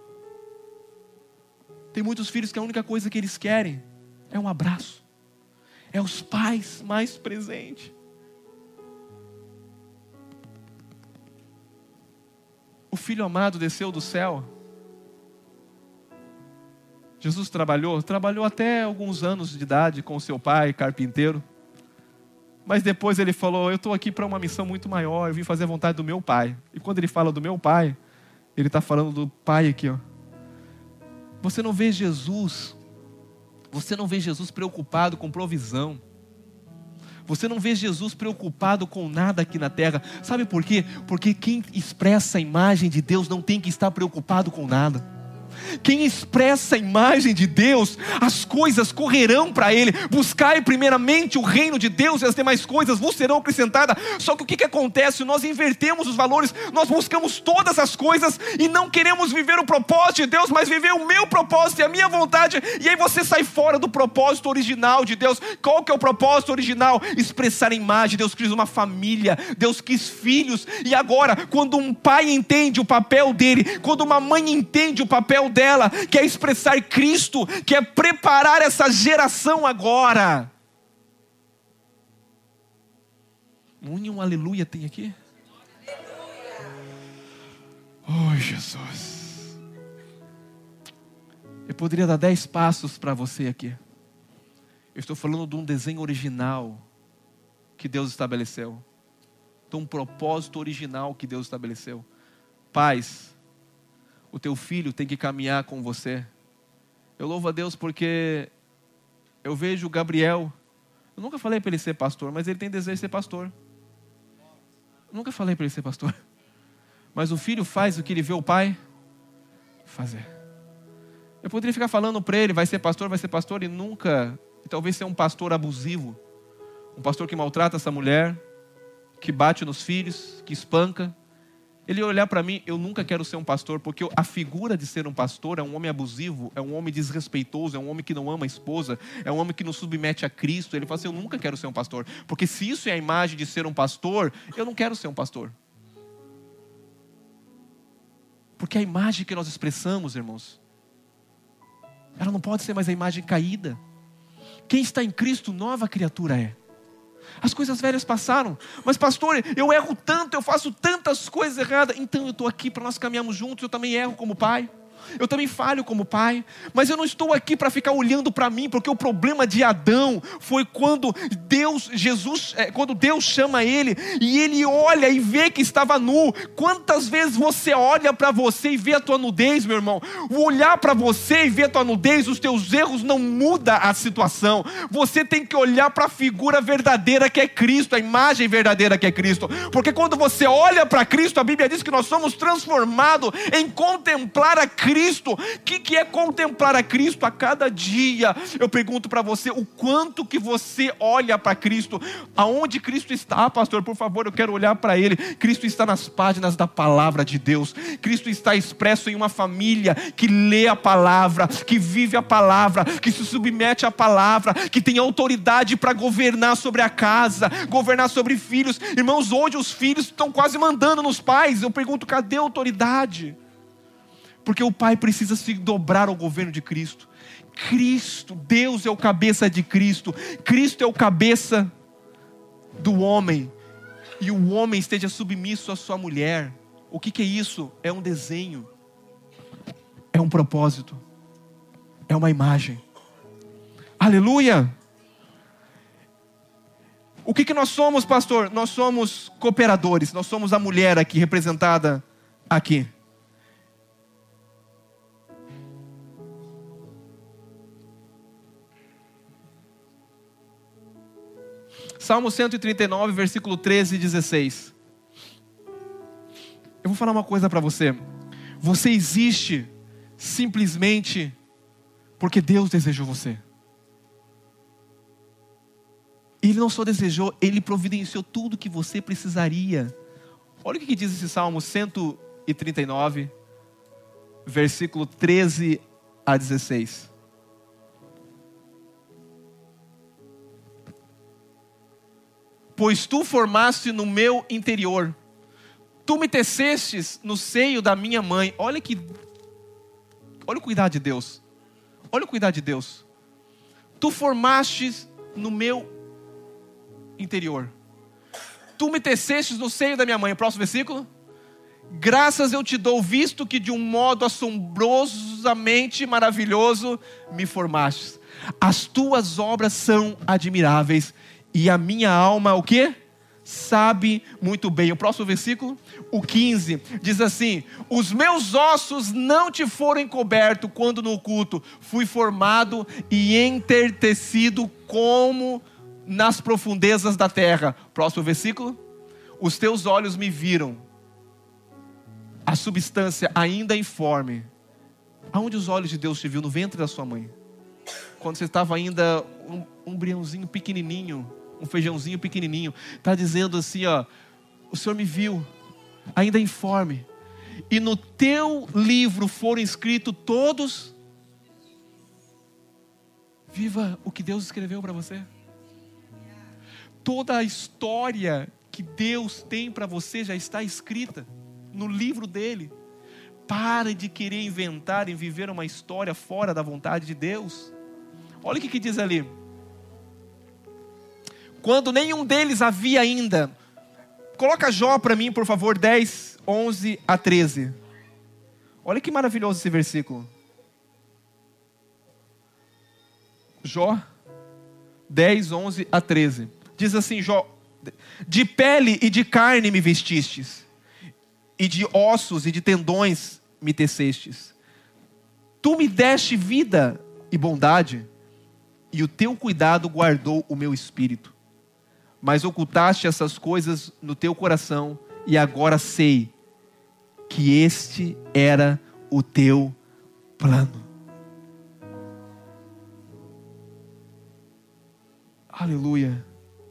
Tem muitos filhos que a única coisa que eles querem é um abraço. É os pais mais presentes. O filho amado desceu do céu. Jesus trabalhou, trabalhou até alguns anos de idade com o seu pai, carpinteiro. Mas depois ele falou, eu estou aqui para uma missão muito maior, eu vim fazer a vontade do meu pai. E quando ele fala do meu pai, ele está falando do pai aqui, ó. Você não vê Jesus, você não vê Jesus preocupado com provisão. Você não vê Jesus preocupado com nada aqui na terra. Sabe por quê? Porque quem expressa a imagem de Deus não tem que estar preocupado com nada. Quem expressa a imagem de Deus, as coisas correrão para Ele. Buscai primeiramente o reino de Deus e as demais coisas vos serão acrescentadas. Só que o que, que acontece? Nós invertemos os valores, nós buscamos todas as coisas e não queremos viver o propósito de Deus, mas viver o meu propósito e a minha vontade. E aí você sai fora do propósito original de Deus. Qual que é o propósito original? Expressar a imagem. Deus quis uma família, Deus quis filhos. E agora, quando um pai entende o papel dele, quando uma mãe entende o papel dela, que é expressar Cristo, que é preparar essa geração agora. Um aleluia tem aqui? Oh, Jesus. Eu poderia dar dez passos para você aqui. Eu estou falando de um desenho original que Deus estabeleceu, de um propósito original que Deus estabeleceu. Pais, o teu filho tem que caminhar com você. Eu louvo a Deus porque eu vejo o Gabriel. Eu nunca falei para ele ser pastor, mas ele tem desejo de ser pastor. Eu nunca falei para ele ser pastor. Mas o filho faz o que ele vê o pai fazer. Eu poderia ficar falando para ele, vai ser pastor, vai ser pastor, e nunca, e talvez ser um pastor abusivo. Um pastor que maltrata essa mulher, que bate nos filhos, que espanca. Ele ia olhar para mim, eu nunca quero ser um pastor, porque a figura de ser um pastor é um homem abusivo, é um homem desrespeitoso, é um homem que não ama a esposa, é um homem que não submete a Cristo. Ele fala assim, eu nunca quero ser um pastor, porque se isso é a imagem de ser um pastor, eu não quero ser um pastor. Porque a imagem que nós expressamos, irmãos, ela não pode ser mais a imagem caída. Quem está em Cristo, nova criatura é. As coisas velhas passaram. Mas pastor, eu erro tanto, eu faço tantas coisas erradas. Então eu estou aqui para nós caminharmos juntos. Eu também erro como pai. Eu também falho como pai. Mas eu não estou aqui para ficar olhando para mim. Porque o problema de Adão foi quando Deus, Jesus, é, quando Deus chama ele. E ele olha e vê que estava nu. Quantas vezes você olha para você e vê a tua nudez, meu irmão? O olhar para você e ver a tua nudez, os teus erros não muda a situação. Você tem que olhar para a figura verdadeira que é Cristo. A imagem verdadeira que é Cristo. Porque quando você olha para Cristo, a Bíblia diz que nós somos transformados em contemplar a Cristo. Cristo. O que, que é contemplar a Cristo? A cada dia eu pergunto para você, o quanto que você olha para Cristo? Aonde Cristo está, pastor? Por favor, eu quero olhar para Ele. Cristo está nas páginas da palavra de Deus. Cristo está expresso em uma família que lê a palavra, que vive a palavra, que se submete à palavra, que tem autoridade para governar sobre a casa, governar sobre filhos. Irmãos, hoje os filhos estão quase mandando nos pais. Eu pergunto, cadê a autoridade? Porque o pai precisa se dobrar ao governo de Cristo. Cristo, Deus é o cabeça de Cristo. Cristo é o cabeça do homem. E o homem esteja submisso à sua mulher. O que, que é isso? É um desenho. É um propósito. É uma imagem. Aleluia! O que, que nós somos, pastor? Nós somos cooperadores. Nós somos a mulher aqui, representada aqui. Salmo cento e trinta e nove, versículo treze e dezesseis. Eu vou falar uma coisa para você. Você existe simplesmente porque Deus desejou você. Ele não só desejou, Ele providenciou tudo que você precisaria. Olha o que diz esse Salmo cento e trinta e nove, versículo treze a dezesseis. Pois tu formaste no meu interior, tu me tecestes no seio da minha mãe. Olha que, olha o cuidado de Deus. Olha o cuidado de Deus. Tu formastes no meu interior. Tu me tecestes no seio da minha mãe. O próximo versículo. Graças eu te dou, visto que de um modo assombrosamente maravilhoso me formastes. As tuas obras são admiráveis e a minha alma, o quê? Sabe muito bem. O próximo versículo, o quinze, diz assim: os meus ossos não te foram encobertos quando no oculto fui formado e entertecido como nas profundezas da terra. Próximo versículo, os teus olhos me viram a substância ainda informe. Aonde os olhos de Deus te viu? No ventre da sua mãe. Quando você estava ainda um, um embriãozinho pequenininho, um feijãozinho pequenininho. Está dizendo assim, ó, o Senhor me viu ainda informe. E no teu livro foram escritos todos. Viva o que Deus escreveu para você. Toda a história que Deus tem para você já está escrita no livro dele. Pare de querer inventar e viver uma história fora da vontade de Deus. Olha o que, que diz ali. Quando nenhum deles havia ainda. Coloca Jó para mim, por favor, dez, onze a treze. Olha que maravilhoso esse versículo. Jó dez, onze a treze. Diz assim, Jó: de pele e de carne me vestistes, e de ossos e de tendões me tecestes. Tu me deste vida e bondade, e o teu cuidado guardou o meu espírito. Mas ocultaste essas coisas no teu coração, e agora sei que este era o teu plano. Aleluia.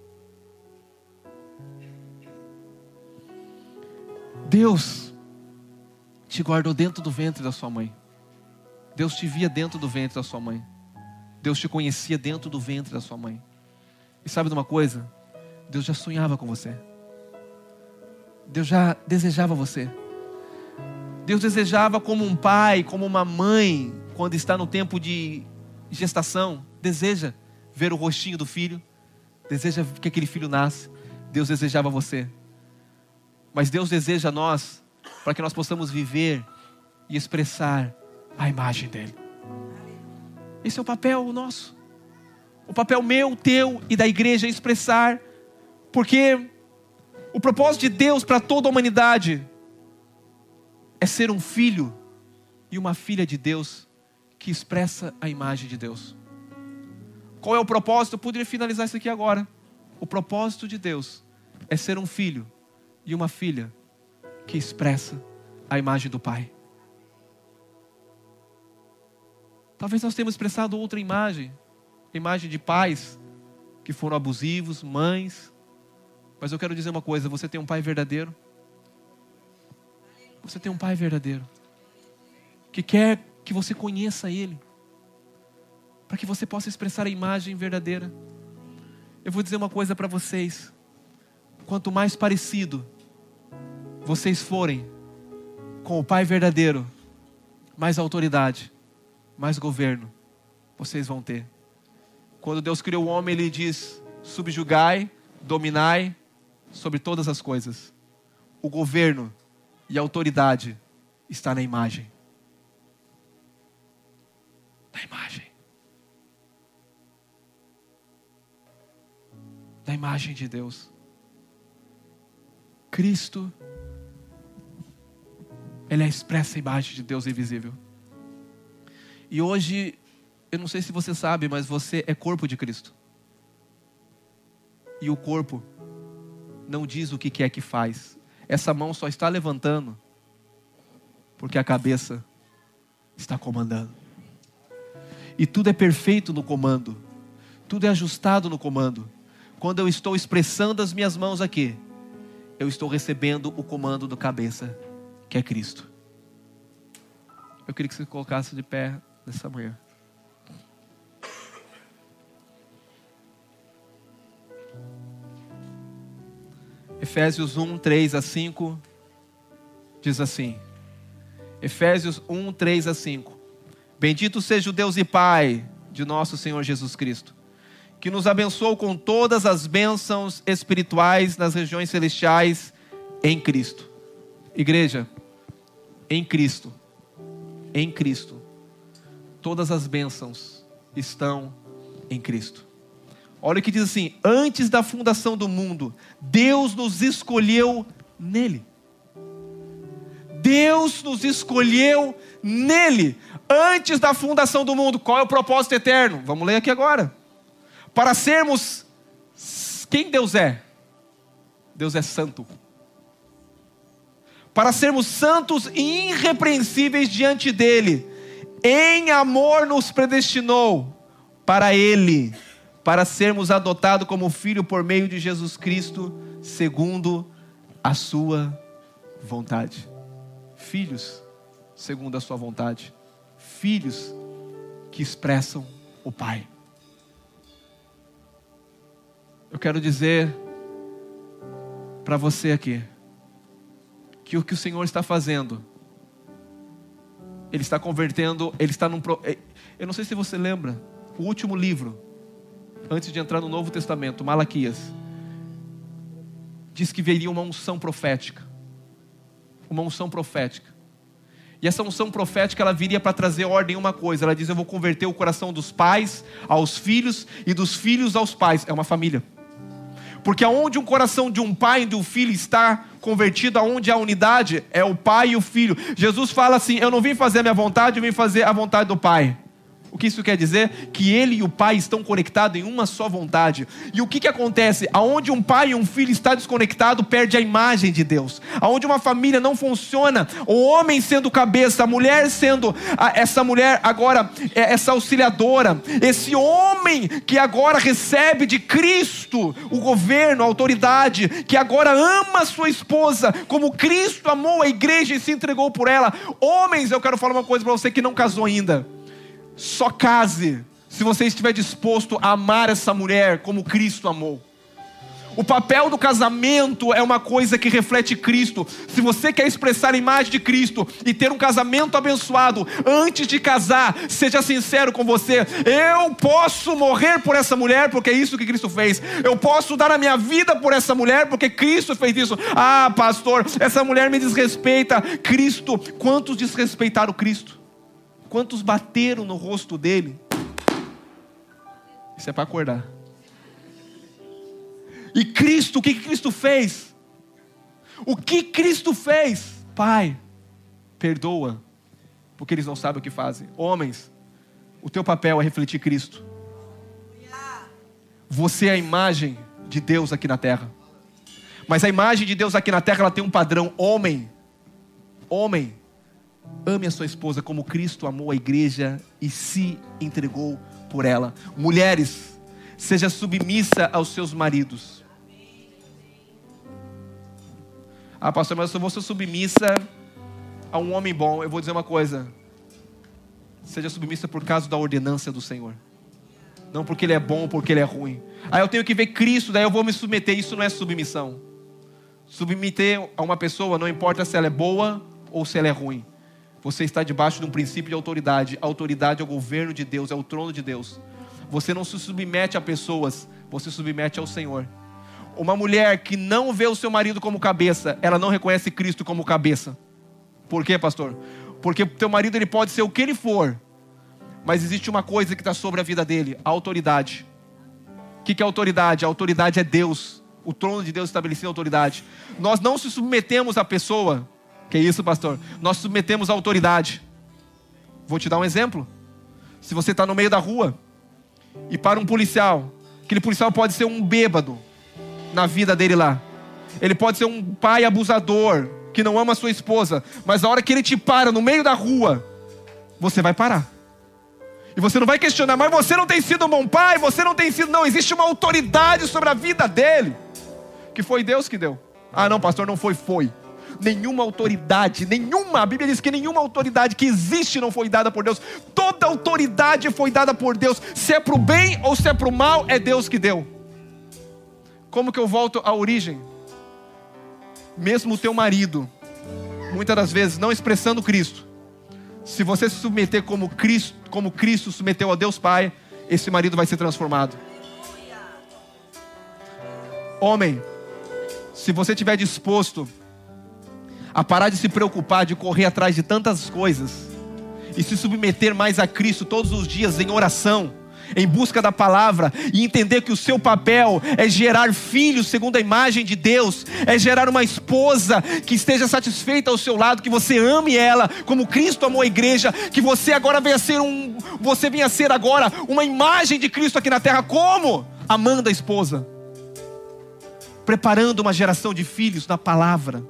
Deus te guardou dentro do ventre da sua mãe. Deus te via dentro do ventre da sua mãe. Deus te conhecia dentro do ventre da sua mãe. E sabe de uma coisa? Deus já sonhava com você. Deus já desejava você. Deus desejava como um pai, como uma mãe, quando está no tempo de gestação, deseja ver o rostinho do filho, deseja que aquele filho nasça. Deus desejava você. Mas Deus deseja nós, para que nós possamos viver e expressar a imagem dele. Esse é o papel nosso. O papel meu, teu e da igreja é expressar. Porque o propósito de Deus para toda a humanidade é ser um filho e uma filha de Deus que expressa a imagem de Deus. Qual é o propósito? Eu poderia finalizar isso aqui agora. O propósito de Deus é ser um filho e uma filha que expressa a imagem do Pai. Talvez nós tenhamos expressado outra imagem, imagem de pais que foram abusivos, mães. Mas eu quero dizer uma coisa, você tem um pai verdadeiro. Você tem um pai verdadeiro, que quer que você conheça ele, para que você possa expressar a imagem verdadeira. Eu vou dizer uma coisa para vocês. Quanto mais parecido vocês forem com o pai verdadeiro, mais autoridade, mais governo vocês vão ter. Quando Deus criou o homem, Ele diz: subjugai, dominai sobre todas as coisas. O governo e a autoridade está na imagem. Na imagem. da imagem de Deus. Cristo, Ele é a expressa imagem de Deus invisível. E hoje, eu não sei se você sabe, mas você é corpo de Cristo. E o corpo não diz o que é que faz. Essa mão só está levantando porque a cabeça está comandando. E tudo é perfeito no comando. Tudo é ajustado no comando. Quando eu estou expressando as minhas mãos aqui, eu estou recebendo o comando do cabeça, que é Cristo. Eu queria que você colocasse de pé nessa manhã. Efésios um, três a cinco diz assim. Efésios um, três a cinco. Bendito seja o Deus e Pai de nosso Senhor Jesus Cristo, que nos abençoou com todas as bênçãos espirituais nas regiões celestiais em Cristo. Igreja, em Cristo, em Cristo, todas as bênçãos estão em Cristo. Olha o que diz assim: antes da fundação do mundo, Deus nos escolheu nele. Deus nos escolheu nele, antes da fundação do mundo. Qual é o propósito eterno? Vamos ler aqui agora. Para sermos, quem Deus é? Deus é santo. Para sermos santos e irrepreensíveis diante dele, em amor nos predestinou para ele, para sermos adotados como filho por meio de Jesus Cristo, segundo a sua vontade. Filhos, segundo a sua vontade. Filhos que expressam o Pai. Eu quero dizer para você aqui, que o que o Senhor está fazendo, Ele está convertendo, Ele está num... Eu não sei se você lembra, o último livro, antes de entrar no Novo Testamento, Malaquias, diz que viria uma unção profética. Uma unção profética. E essa unção profética, ela viria para trazer ordem em uma coisa. Ela diz: eu vou converter o coração dos pais aos filhos e dos filhos aos pais. É uma família. Porque aonde um coração de um pai e de um filho está convertido, aonde há unidade, é o pai e o filho. Jesus fala assim: eu não vim fazer a minha vontade, eu vim fazer a vontade do Pai. O que isso quer dizer? Que ele e o pai estão conectados em uma só vontade. E o que que acontece? Aonde um pai e um filho está desconectado, perde a imagem de Deus. Aonde uma família não funciona, o homem sendo cabeça, a mulher sendo a, essa mulher agora, é, essa auxiliadora, esse homem que agora recebe de Cristo o governo, a autoridade, que agora ama sua esposa, como Cristo amou a igreja e se entregou por ela. Homens, eu quero falar uma coisa para você que não casou ainda. Só case se você estiver disposto a amar essa mulher como Cristo amou. O papel do casamento é uma coisa que reflete Cristo. Se você quer expressar a imagem de Cristo e ter um casamento abençoado, antes de casar, seja sincero com você. Eu posso morrer por essa mulher porque é isso que Cristo fez. Eu posso dar a minha vida por essa mulher porque Cristo fez isso. Ah, pastor, essa mulher me desrespeita. Cristo, quantos desrespeitaram Cristo? Quantos bateram no rosto dele? Isso é para acordar. E Cristo, o que Cristo fez? O que Cristo fez? Pai, perdoa, porque eles não sabem o que fazem. Homens, o teu papel é refletir Cristo. Você é a imagem de Deus aqui na terra. Mas a imagem de Deus aqui na terra, ela tem um padrão. Homem, homem, ame a sua esposa como Cristo amou a igreja e se entregou por ela. Mulheres, seja submissa aos seus maridos. Ah, pastor, mas eu só vou ser submissa a um homem bom. Eu vou dizer uma coisa: seja submissa por causa da ordenança do Senhor, não porque ele é bom ou porque ele é ruim. Ah, eu tenho que ver Cristo, daí eu vou me submeter. Isso não é submissão. Submeter a uma pessoa, não importa se ela é boa ou se ela é ruim. Você está debaixo de um princípio de autoridade. A autoridade é o governo de Deus, é o trono de Deus. Você não se submete a pessoas, você se submete ao Senhor. Uma mulher que não vê o seu marido como cabeça, ela não reconhece Cristo como cabeça. Por quê, pastor? Porque o teu marido, ele pode ser o que ele for, mas existe uma coisa que está sobre a vida dele: a autoridade. O que é autoridade? A autoridade é Deus. O trono de Deus estabeleceu a autoridade. Nós não se submetemos à pessoa. Que isso, pastor? Nós submetemos à autoridade. Vou te dar um exemplo. Se você está no meio da rua e para um policial, aquele policial pode ser um bêbado na vida dele lá. Ele pode ser um pai abusador que não ama a sua esposa, mas a hora que ele te para no meio da rua, você vai parar. E você não vai questionar, mas você não tem sido um bom pai, você não tem sido... Não, existe uma autoridade sobre a vida dele, que foi Deus que deu. Ah não, pastor, não foi, foi. Nenhuma autoridade, nenhuma, a Bíblia diz que nenhuma autoridade que existe não foi dada por Deus. Toda autoridade foi dada por Deus. Se é para o bem ou se é para o mal, é Deus que deu. Como que eu volto à origem? Mesmo o teu marido, muitas das vezes não expressando Cristo, se você se submeter como Cristo, como Cristo submeteu a Deus Pai, esse marido vai ser transformado. Homem, se você estiver disposto a parar de se preocupar, de correr atrás de tantas coisas, e se submeter mais a Cristo todos os dias em oração, em busca da palavra, e entender que o seu papel é gerar filhos segundo a imagem de Deus, é gerar uma esposa que esteja satisfeita ao seu lado, que você ame ela como Cristo amou a igreja, que você agora venha ser um, você venha ser agora uma imagem de Cristo aqui na terra. Como? Amando a esposa, preparando uma geração de filhos na palavra.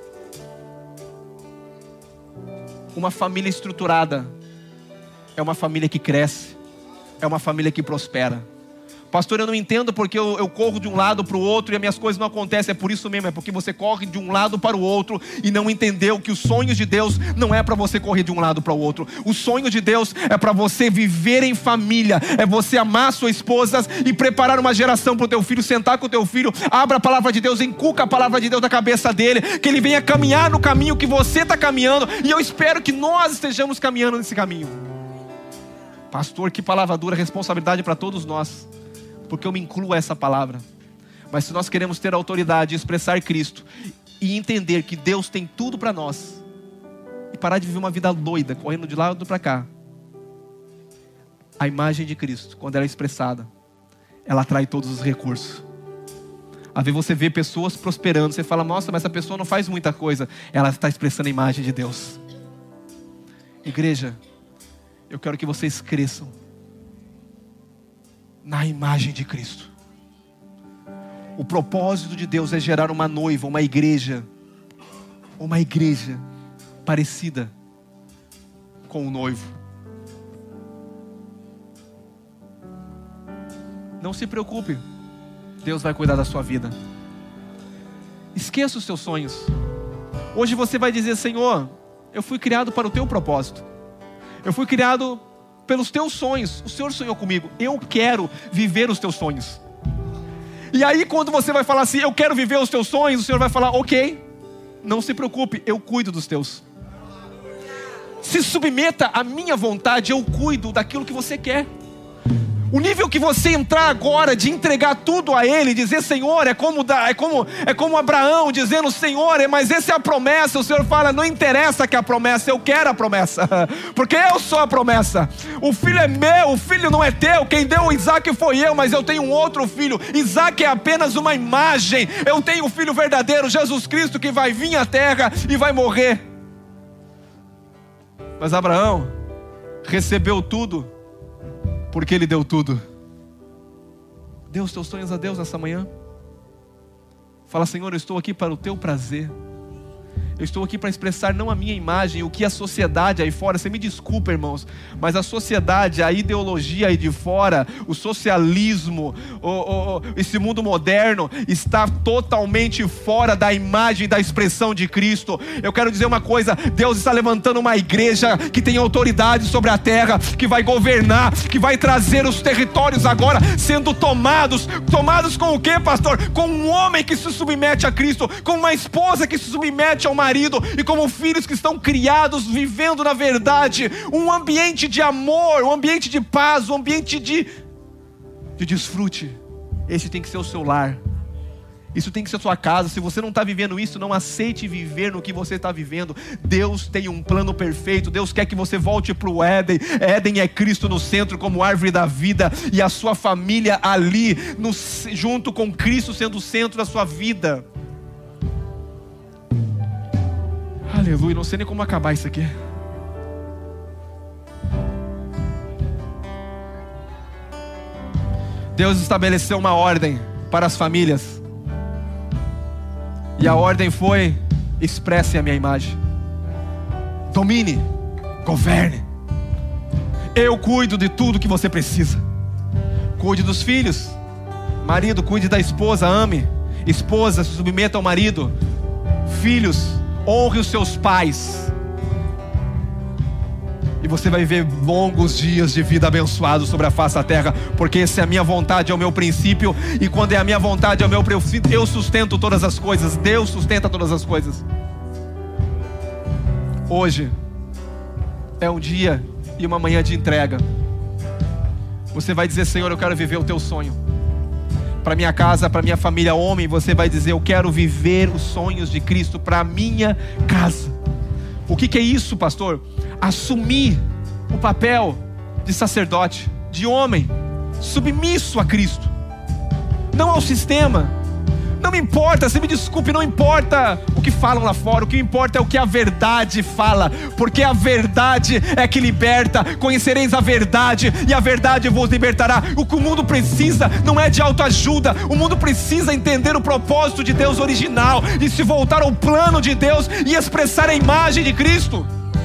Uma família estruturada é uma família que cresce, é uma família que prospera. Pastor, eu não entendo porque eu, eu corro de um lado para o outro e as minhas coisas não acontecem. É por isso mesmo, é porque você corre de um lado para o outro e não entendeu que os sonhos de Deus não é para você correr de um lado para o outro. O sonho de Deus é para você viver em família, é você amar sua esposa e preparar uma geração para o teu filho, sentar com o teu filho, abra a palavra de Deus, inculca a palavra de Deus na cabeça dele, que ele venha caminhar no caminho que você está caminhando, e eu espero que nós estejamos caminhando nesse caminho. Pastor, que palavra dura, responsabilidade para todos nós, porque eu me incluo a essa palavra. Mas se nós queremos ter autoridade, expressar Cristo e entender que Deus tem tudo para nós, e parar de viver uma vida doida, correndo de lado para cá, a imagem de Cristo, quando ela é expressada, ela atrai todos os recursos. Às vezes você vê pessoas prosperando, você fala, nossa, mas essa pessoa não faz muita coisa. Ela está expressando a imagem de Deus. Igreja, eu quero que vocês cresçam na imagem de Cristo. O propósito de Deus é gerar uma noiva, uma igreja, uma igreja parecida com o noivo. Não se preocupe, Deus vai cuidar da sua vida. Esqueça os seus sonhos. Hoje você vai dizer, Senhor, eu fui criado para o teu propósito. Eu fui criado pelos teus sonhos. O Senhor sonhou comigo. Eu quero viver os teus sonhos. E aí quando você vai falar assim, eu quero viver os teus sonhos, o Senhor vai falar, ok, não se preocupe, eu cuido dos teus. Se submeta à minha vontade, eu cuido daquilo que você quer. O nível que você entrar agora de entregar tudo a Ele, dizer Senhor, é como, é como, é como Abraão dizendo Senhor, mas essa é a promessa. O Senhor fala, não interessa que a promessa, eu quero a promessa, porque eu sou a promessa. O filho é meu, o filho não é teu. Quem deu o Isaac foi eu, mas eu tenho um outro filho. Isaac é apenas uma imagem. Eu tenho o filho verdadeiro, Jesus Cristo, que vai vir à terra e vai morrer. Mas Abraão recebeu tudo porque ele deu tudo. Dê os teus sonhos a Deus nessa manhã. Fala, Senhor, eu estou aqui para o teu prazer. Eu estou aqui para expressar não a minha imagem, o que a sociedade aí fora, você me desculpa, irmãos, mas a sociedade, a ideologia aí de fora, o socialismo, o, o, esse mundo moderno está totalmente fora da imagem, da expressão de Cristo. Eu quero dizer uma coisa, Deus está levantando uma igreja que tem autoridade sobre a terra, que vai governar, que vai trazer os territórios agora sendo tomados. Tomados com o quê, pastor? Com um homem que se submete a Cristo, com uma esposa que se submete ao marido, e como filhos que estão criados, vivendo na verdade, um ambiente de amor, um ambiente de paz, um ambiente de, de desfrute. Esse tem que ser o seu lar. Isso tem que ser a sua casa. Se você não está vivendo isso, não aceite viver no que você está vivendo. Deus tem um plano perfeito. Deus quer que você volte para o Éden. Éden é Cristo no centro como árvore da vida, e a sua família ali, no, junto com Cristo sendo o centro da sua vida. Aleluia, não sei nem como acabar isso aqui. Deus estabeleceu uma ordem para as famílias. E a ordem foi: expresse a minha imagem. Domine, governe. Eu cuido de tudo que você precisa. Cuide dos filhos. Marido, cuide da esposa, ame. Esposa, se submeta ao marido. Filhos, honre os seus pais. E você vai viver longos dias de vida abençoados sobre a face da terra, porque essa é a minha vontade, é o meu princípio. E quando é a minha vontade, é o meu princípio, eu sustento todas as coisas. Deus sustenta todas as coisas. Hoje é um dia e uma manhã de entrega. Você vai dizer: Senhor, eu quero viver o teu sonho. Para minha casa, para minha família. Homem, você vai dizer: eu quero viver os sonhos de Cristo para minha casa. O que, que é isso, pastor? Assumir o papel de sacerdote, de homem, submisso a Cristo, não ao sistema. Não me importa, você me desculpe, não importa o que falam lá fora. O que importa é o que a verdade fala, porque a verdade é que liberta. Conhecereis a verdade, e a verdade vos libertará. O que o mundo precisa não é de autoajuda. O mundo precisa entender o propósito de Deus original, e se voltar ao plano de Deus e expressar a imagem de Cristo.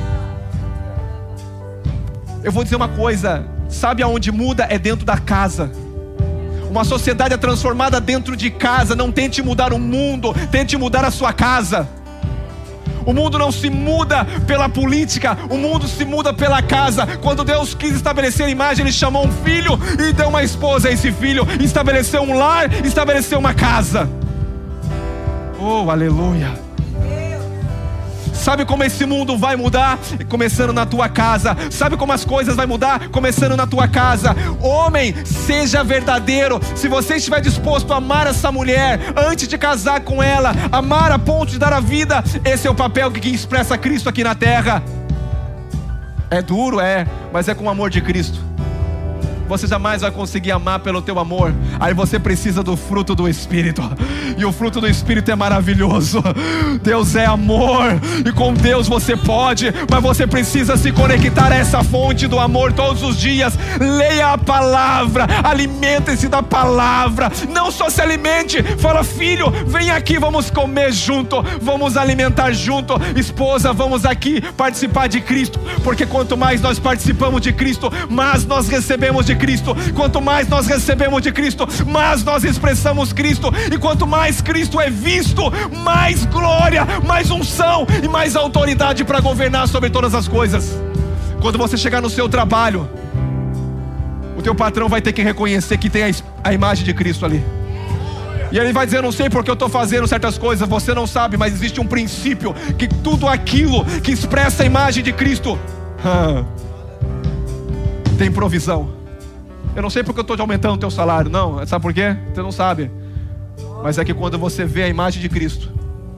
Eu vou dizer uma coisa: sabe aonde muda? É dentro da casa. Uma sociedade é transformada dentro de casa. Não tente mudar o mundo, tente mudar a sua casa. O mundo não se muda pela política, o mundo se muda pela casa. Quando Deus quis estabelecer a imagem, Ele chamou um filho e deu uma esposa a esse filho. Estabeleceu um lar, estabeleceu uma casa. Oh, aleluia. Sabe como esse mundo vai mudar? Começando na tua casa. Sabe como as coisas vão mudar? Começando na tua casa. Homem, seja verdadeiro. Se você estiver disposto a amar essa mulher antes de casar com ela, amar a ponto de dar a vida, esse é o papel que expressa Cristo aqui na terra. É duro, é, mas é com o amor de Cristo. Você jamais vai conseguir amar pelo teu amor. Aí você precisa do fruto do Espírito. E o fruto do Espírito é maravilhoso. Deus é amor, e com Deus você pode, mas você precisa se conectar a essa fonte do amor todos os dias. Leia a palavra, alimente-se da palavra. Não só se alimente, fala: filho, vem aqui, vamos comer junto, vamos alimentar junto. Esposa, vamos aqui participar de Cristo, porque quanto mais nós participamos de Cristo, mais nós recebemos de Cristo. Quanto mais nós recebemos de Cristo, mais nós expressamos Cristo. E quanto mais Cristo é visto, mais glória, mais unção e mais autoridade para governar sobre todas as coisas. Quando você chegar no seu trabalho, o teu patrão vai ter que reconhecer que tem a, a imagem de Cristo ali. E ele vai dizer: eu não sei porque eu estou fazendo certas coisas. Você não sabe, mas existe um princípio, que tudo aquilo que expressa a imagem de Cristo ah, tem provisão. Eu não sei porque eu estou te aumentando o teu salário. Não, sabe por quê? Você não sabe. Mas é que quando você vê a imagem de Cristo,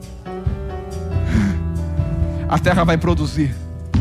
a terra vai produzir.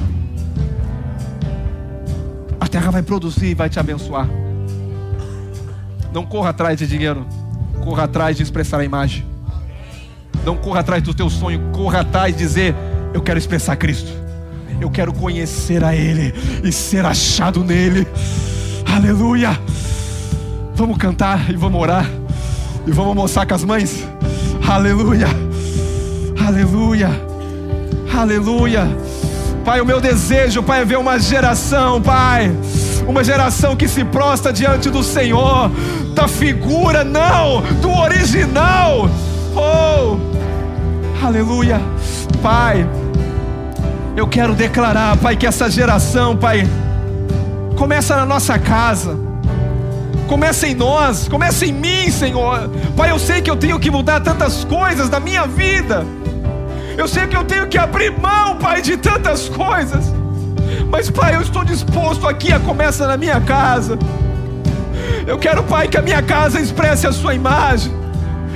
A terra vai produzir e vai te abençoar. Não corra atrás de dinheiro, corra atrás de expressar a imagem. Não corra atrás do teu sonho, corra atrás de dizer: eu quero expressar Cristo. Eu quero conhecer a Ele e ser achado nele. Aleluia. Vamos cantar e vamos orar e vamos almoçar com as mães. Aleluia. Aleluia. Aleluia. Pai, o meu desejo, Pai, é ver uma geração, Pai, uma geração que se prostra diante do Senhor, da figura, não, do original. Oh, aleluia. Pai, eu quero declarar, Pai, que essa geração, Pai, começa na nossa casa, começa em nós, começa em mim, Senhor. Pai, eu sei que eu tenho que mudar tantas coisas da minha vida. Eu sei que eu tenho que abrir mão, Pai, de tantas coisas. Mas, Pai, eu estou disposto aqui a começar na minha casa. Eu quero, Pai, que a minha casa expresse a sua imagem.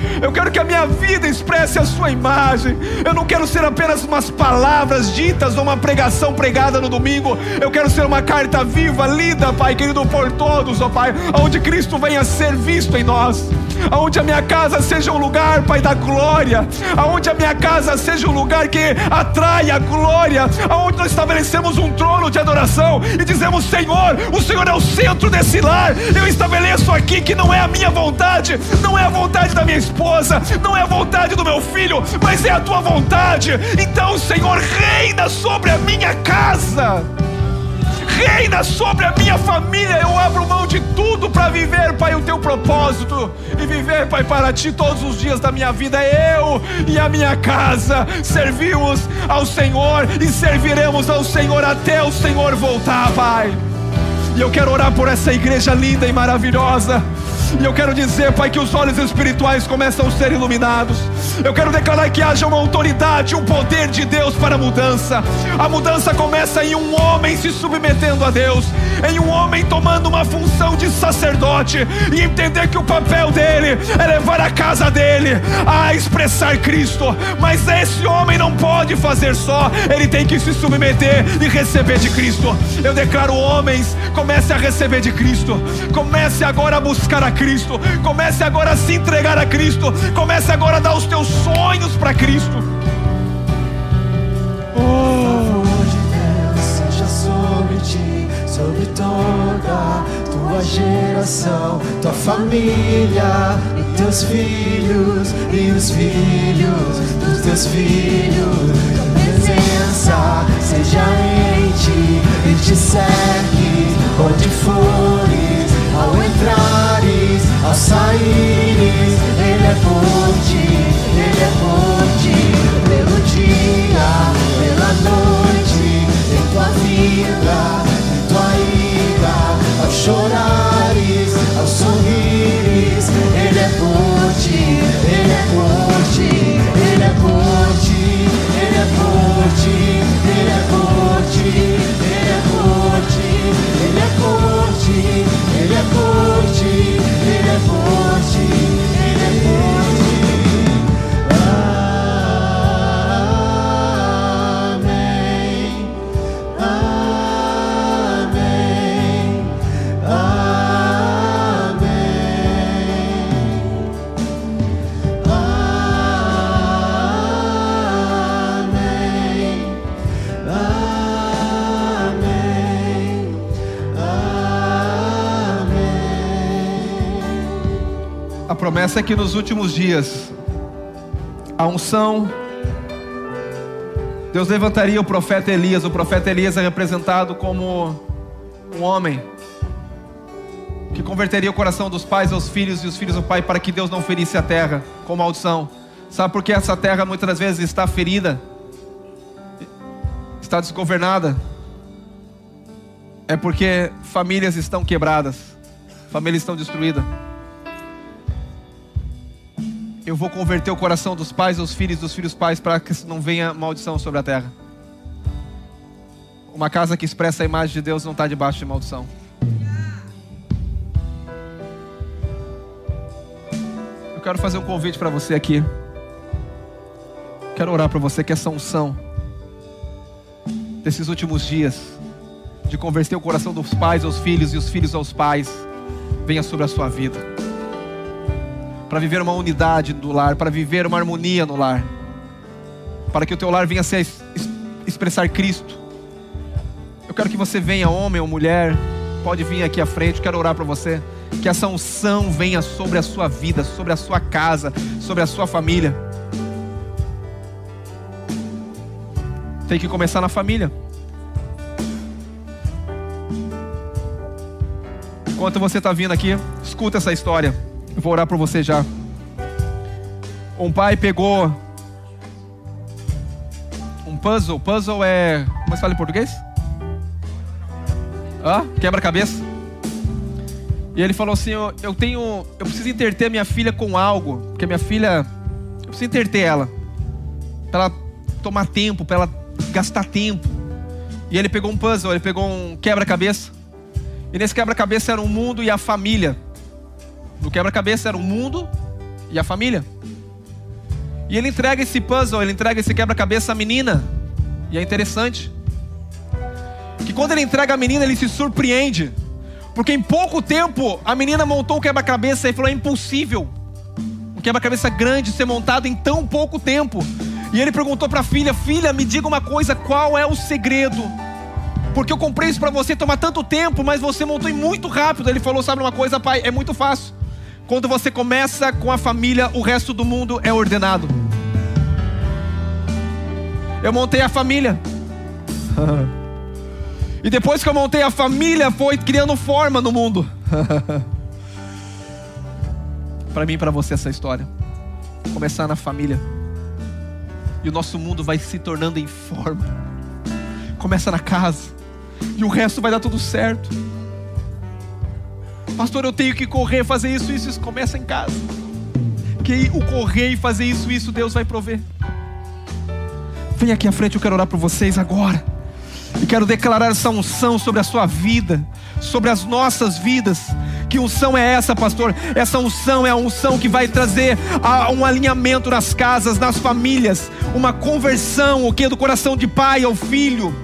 Eu quero que a minha vida expresse a sua imagem. Eu não quero ser apenas umas palavras ditas ou uma pregação pregada no domingo. Eu quero ser uma carta viva, lida, Pai querido, por todos, ó Pai, onde Cristo venha ser visto em nós. Aonde a minha casa seja um lugar, Pai, da glória. Aonde a minha casa seja um lugar que atrai a glória. Aonde nós estabelecemos um trono de adoração e dizemos: Senhor, o Senhor é o centro desse lar. Eu estabeleço aqui que não é a minha vontade, não é a vontade da minha esposa, não é a vontade do meu filho, mas é a tua vontade. Então, Senhor, reina sobre a minha casa, reina sobre a minha família. Eu abro mão de tudo para viver, Pai, o teu propósito e viver, Pai, para ti todos os dias da minha vida. Eu e a minha casa servimos ao Senhor e serviremos ao Senhor até o Senhor voltar, Pai. E eu quero orar por essa igreja linda e maravilhosa. E eu quero dizer, Pai, que os olhos espirituais começam a ser iluminados. Eu quero declarar que haja uma autoridade, um poder de Deus para a mudança. A mudança começa em um homem se submetendo a Deus, em um homem tomando uma função de sacerdote e entender que o papel dele é levar a casa dele a expressar Cristo. Mas esse homem não pode fazer só, ele tem que se submeter e receber de Cristo. Eu declaro: homens, comece a receber de Cristo. Comece agora a buscar a Cristo. Comece agora a se entregar a Cristo. Comece agora a dar os teus sonhos para Cristo. Oh. O favor de Deus seja sobre ti, sobre toda tua geração, tua família e teus filhos e os filhos dos teus filhos. Tua presença seja em ti e te cerque onde fores, ao entrares, ao saíres. Ele é por ti, Ele é por ti, pelo dia, pela noite, em tua vida, em tua ida, ao chorares, ao sorrires. Ele é por ti, Ele é por ti, Ele é por ti, Ele é por ti, Ele é por ti, Ele é por ti, Ele é por ti, Ele é por ti, Ele é por ti, Ele é por ti. A promessa é que nos últimos dias a unção, Deus levantaria o profeta Elias. O profeta Elias é representado como um homem que converteria o coração dos pais aos filhos e os filhos ao pai, para que Deus não ferisse a terra com maldição. Sabe por que essa terra muitas das vezes está ferida, está desgovernada? É porque famílias estão quebradas, famílias estão destruídas. Eu vou converter o coração dos pais aos filhos, dos filhos pais, para que não venha maldição sobre a terra. Uma casa que expressa a imagem de Deus não está debaixo de maldição. Eu quero fazer um convite para você aqui. Quero orar para você que essa unção desses últimos dias, de converter o coração dos pais aos filhos e os filhos aos pais, venha sobre a sua vida, para viver uma unidade do lar, para viver uma harmonia no lar, para que o teu lar venha a ser, expressar Cristo. Eu quero que você venha, homem ou mulher, pode vir aqui à frente. Eu quero orar para você, que essa unção venha sobre a sua vida, sobre a sua casa, sobre a sua família. Tem que começar na família. Enquanto você está vindo aqui, escuta essa história. Eu vou orar por você já. Um pai pegou um puzzle. Puzzle é... como se fala em português? Ah, quebra-cabeça. E ele falou assim: eu, eu tenho... eu preciso entreter minha filha com algo. Porque minha filha... eu preciso entreter ela, para ela tomar tempo, para ela gastar tempo. E ele pegou um puzzle, ele pegou um quebra-cabeça. E nesse quebra-cabeça era o mundo e a família. No quebra-cabeça era o mundo e a família. E ele entrega esse puzzle, ele entrega esse quebra-cabeça à menina. E é interessante que quando ele entrega a menina, ele se surpreende. Porque em pouco tempo, a menina montou o quebra-cabeça e falou: é impossível um quebra-cabeça grande ser montado em tão pouco tempo. E ele perguntou para a filha: filha, me diga uma coisa, qual é o segredo? Porque eu comprei isso para você, toma tanto tempo, mas você montou em muito rápido. Ele falou: sabe uma coisa, pai? É muito fácil. Quando você começa com a família, o resto do mundo é ordenado. Eu montei a família. E depois que eu montei a família, foi criando forma no mundo. Para mim e para você essa história. Começar na família. E o nosso mundo vai se tornando em forma. Começa na casa. E o resto vai dar tudo certo. Pastor, eu tenho que correr, fazer isso, isso, isso. Começa em casa. Que o correr e fazer isso, isso, Deus vai prover. Vem aqui à frente, eu quero orar por vocês agora. E quero declarar essa unção sobre a sua vida, sobre as nossas vidas. Que unção é essa, pastor? Essa unção é a unção que vai trazer um alinhamento nas casas, nas famílias. Uma conversão, o que? Do coração de pai ao filho.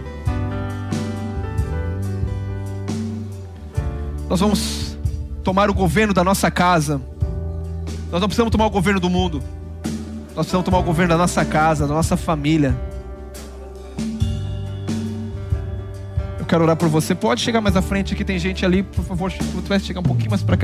Nós vamos tomar o governo da nossa casa. Nós não precisamos tomar o governo do mundo. Nós precisamos tomar o governo da nossa casa, da nossa família. Eu quero orar por você. Pode chegar mais à frente aqui, tem gente ali, por favor, se tu puder chegar um pouquinho mais para cá.